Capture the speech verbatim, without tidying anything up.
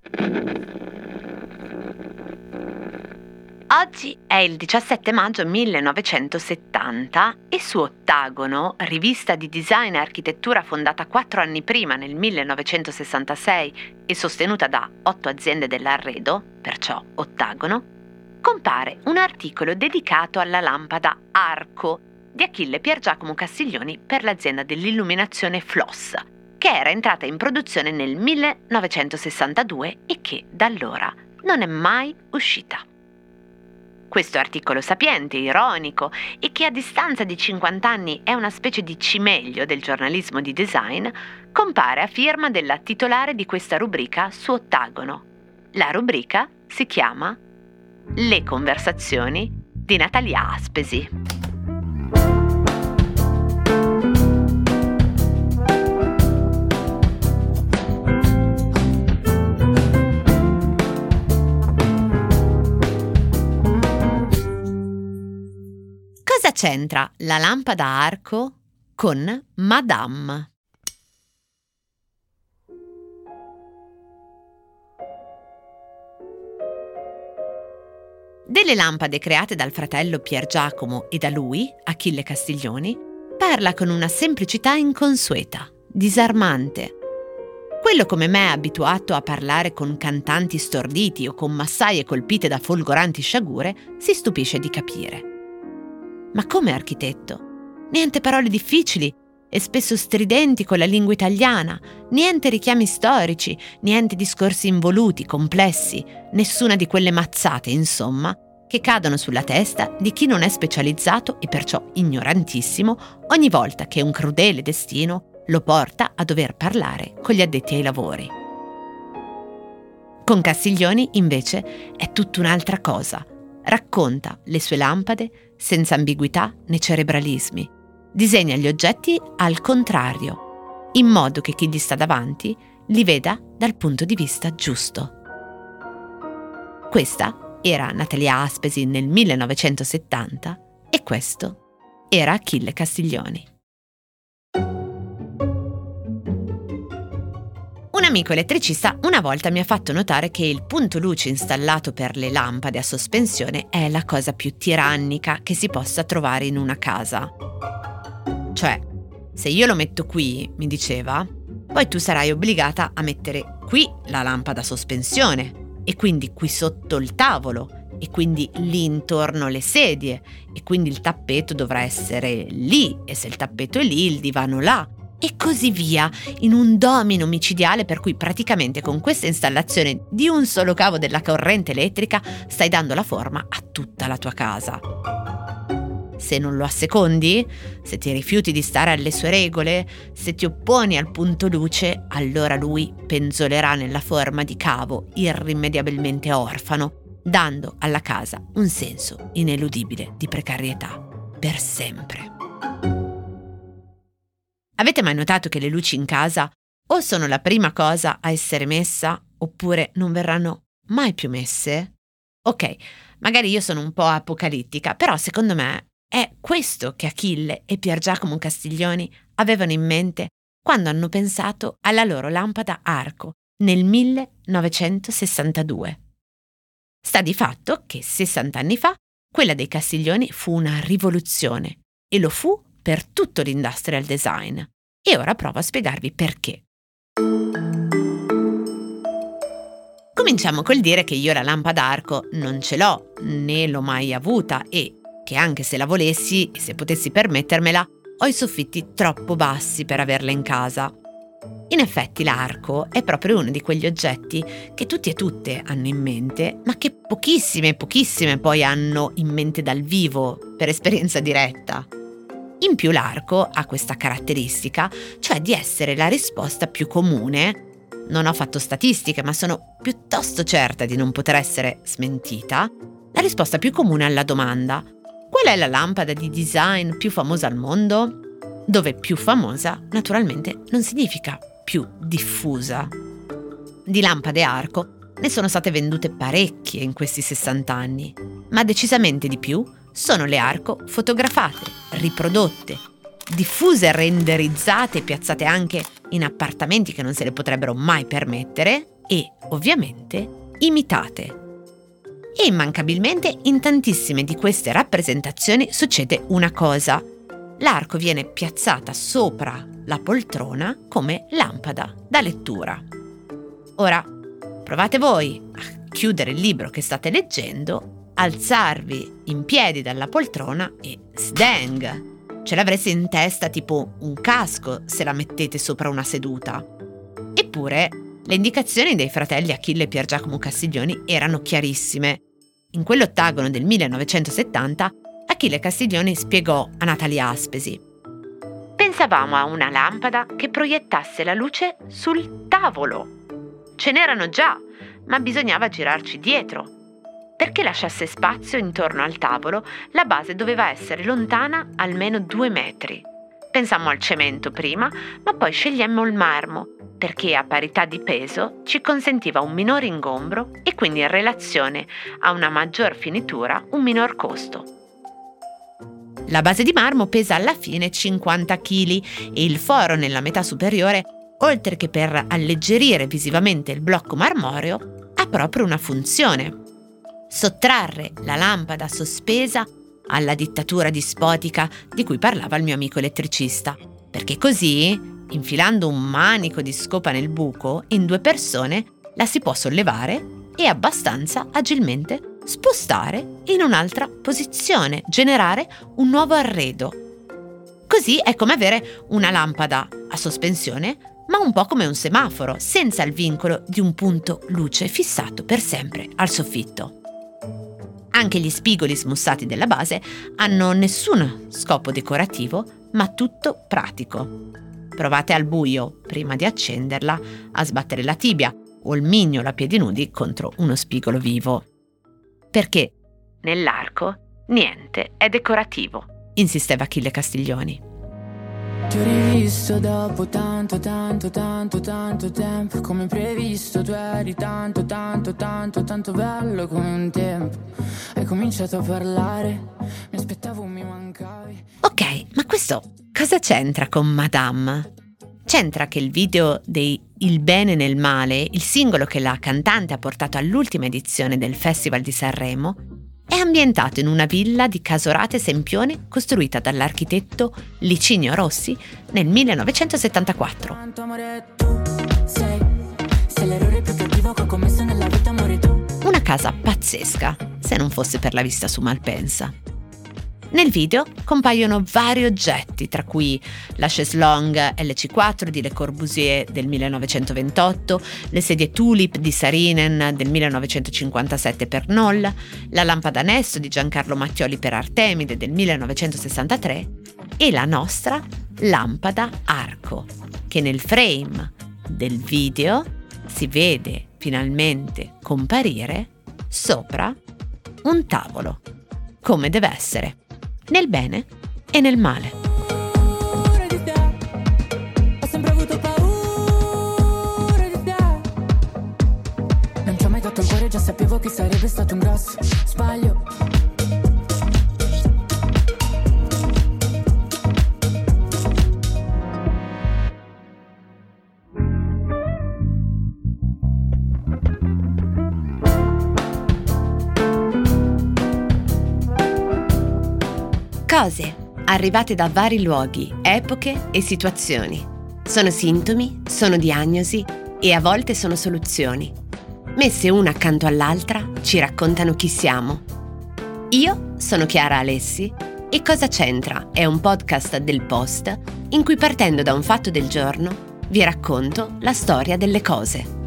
Oggi è il diciassette maggio millenovecentosettanta e su Ottagono, rivista di design e architettura fondata quattro anni prima nel millenovecentosessantasei e sostenuta da otto aziende dell'arredo, perciò Ottagono, compare un articolo dedicato alla lampada Arco di Achille Piergiacomo Castiglioni per l'azienda dell'illuminazione Floss, che era entrata in produzione nel millenovecentosessantadue e che da allora non è mai uscita. Questo articolo sapiente, ironico e che a distanza di cinquanta anni è una specie di cimeglio del giornalismo di design, compare a firma della titolare di questa rubrica su Ottagono. La rubrica si chiama Le conversazioni di Natalia Aspesi. Cosa c'entra la lampada a arco con Madame? Delle lampade create dal fratello Piergiacomo e da lui, Achille Castiglioni, parla con una semplicità inconsueta, disarmante. Quello come me è abituato a parlare con cantanti storditi o con massaie colpite da folgoranti sciagure, si stupisce di capire. Ma come architetto? Niente parole difficili e spesso stridenti con la lingua italiana, niente richiami storici, niente discorsi involuti, complessi, nessuna di quelle mazzate, insomma, che cadono sulla testa di chi non è specializzato e perciò ignorantissimo ogni volta che un crudele destino lo porta a dover parlare con gli addetti ai lavori. Con Castiglioni, invece, è tutta un'altra cosa. Racconta le sue lampade senza ambiguità né cerebralismi. Disegna gli oggetti al contrario, in modo che chi gli sta davanti li veda dal punto di vista giusto. Questa era Natalia Aspesi nel millenovecentosettanta e questo era Achille Castiglioni. Un amico elettricista una volta mi ha fatto notare che il punto luce installato per le lampade a sospensione è la cosa più tirannica che si possa trovare in una casa. Cioè, se io lo metto qui, mi diceva, poi tu sarai obbligata a mettere qui la lampada a sospensione e quindi qui sotto il tavolo e quindi lì intorno le sedie e quindi il tappeto dovrà essere lì e se il tappeto è lì il divano là. E così via, in un domino micidiale per cui praticamente con questa installazione di un solo cavo della corrente elettrica stai dando la forma a tutta la tua casa. Se non lo assecondi, se ti rifiuti di stare alle sue regole, se ti opponi al punto luce, allora lui penzolerà nella forma di cavo irrimediabilmente orfano, dando alla casa un senso ineludibile di precarietà per sempre. Avete mai notato che le luci in casa o sono la prima cosa a essere messa oppure non verranno mai più messe? Ok, magari io sono un po' apocalittica, però secondo me è questo che Achille e Piergiacomo Castiglioni avevano in mente quando hanno pensato alla loro lampada Arco nel millenovecentosessantadue. Sta di fatto che sessanta anni fa quella dei Castiglioni fu una rivoluzione e lo fu per tutto l'industrial design. E ora provo a spiegarvi perché. Cominciamo col dire che io la lampada Arco non ce l'ho, né l'ho mai avuta e che anche se la volessi e se potessi permettermela, ho i soffitti troppo bassi per averla in casa. In effetti l'Arco è proprio uno di quegli oggetti che tutti e tutte hanno in mente, ma che pochissime, pochissime poi hanno in mente dal vivo, per esperienza diretta. In più l'Arco ha questa caratteristica, cioè di essere la risposta più comune. Non ho fatto statistiche, ma sono piuttosto certa di non poter essere smentita. La risposta più comune alla domanda: qual è la lampada di design più famosa al mondo? Dove più famosa, naturalmente, non significa più diffusa. Di lampade Arco ne sono state vendute parecchie in questi sessanta anni, ma decisamente di più sono le Arco fotografate, riprodotte, diffuse, renderizzate e piazzate anche in appartamenti che non se le potrebbero mai permettere e, ovviamente, imitate. E immancabilmente in tantissime di queste rappresentazioni succede una cosa. L'arco viene piazzata sopra la poltrona come lampada da lettura. Ora, provate voi a chiudere il libro che state leggendo, alzarvi in piedi dalla poltrona e sdang! Ce l'avreste in testa tipo un casco se la mettete sopra una seduta. Eppure, le indicazioni dei fratelli Achille e Pier Giacomo Castiglioni erano chiarissime. In quell'ottagono del millenovecentosettanta, Achille Castiglioni spiegò a Natalia Aspesi: «Pensavamo a una lampada che proiettasse la luce sul tavolo. Ce n'erano già, ma bisognava girarci dietro. Perché lasciasse spazio intorno al tavolo, la base doveva essere lontana almeno due metri. Pensammo al cemento prima, ma poi scegliemmo il marmo, perché a parità di peso ci consentiva un minore ingombro e quindi in relazione a una maggior finitura un minor costo. La base di marmo pesa alla fine cinquanta chili e il foro nella metà superiore, oltre che per alleggerire visivamente il blocco marmoreo, ha proprio una funzione: sottrarre la lampada sospesa alla dittatura dispotica di cui parlava il mio amico elettricista, perché così, infilando un manico di scopa nel buco, in due persone la si può sollevare e abbastanza agilmente spostare in un'altra posizione, generare un nuovo arredo. Così è come avere una lampada a sospensione, ma un po' come un semaforo, senza il vincolo di un punto luce fissato per sempre al soffitto. Anche gli spigoli smussati della base hanno nessun scopo decorativo, ma tutto pratico. Provate al buio, prima di accenderla, a sbattere la tibia o il mignolo a piedi nudi contro uno spigolo vivo. Perché nell'arco niente è decorativo, insisteva Achille Castiglioni. Ti ho rivisto dopo tanto, tanto, tanto, tanto tempo. Come previsto tu eri tanto, tanto, tanto, tanto bello come un tempo. Hai cominciato a parlare, mi aspettavo, mi mancavi. Ok, ma questo cosa c'entra con Madame? C'entra che il video dei Il bene nel male, il singolo che la cantante ha portato all'ultima edizione del Festival di Sanremo, è ambientato in una villa di Casorate Sempione costruita dall'architetto Licinio Rossi nel millenovecentosettantaquattro. Una casa pazzesca, se non fosse per la vista su Malpensa. Nel video compaiono vari oggetti, tra cui la chaiselongue L C quattro di Le Corbusier del millenovecentoventotto, le sedie Tulip di Saarinen del millenovecentocinquantasette per Knoll, la lampada Nesto di Giancarlo Mattioli per Artemide del millenovecentosessantatré e la nostra lampada Arco, che nel frame del video si vede finalmente comparire sopra un tavolo, come deve essere, nel bene e nel male. Ho sempre avuto paura di te. Non ci ho mai dato il cuore, già sapevo che sarebbe stato un grosso sbaglio. Cose arrivate da vari luoghi, epoche e situazioni. Sono sintomi, sono diagnosi e a volte sono soluzioni. Messe una accanto all'altra ci raccontano chi siamo. Io sono Chiara Alessi e Cosa c'entra è un podcast del Post in cui, partendo da un fatto del giorno, vi racconto la storia delle cose.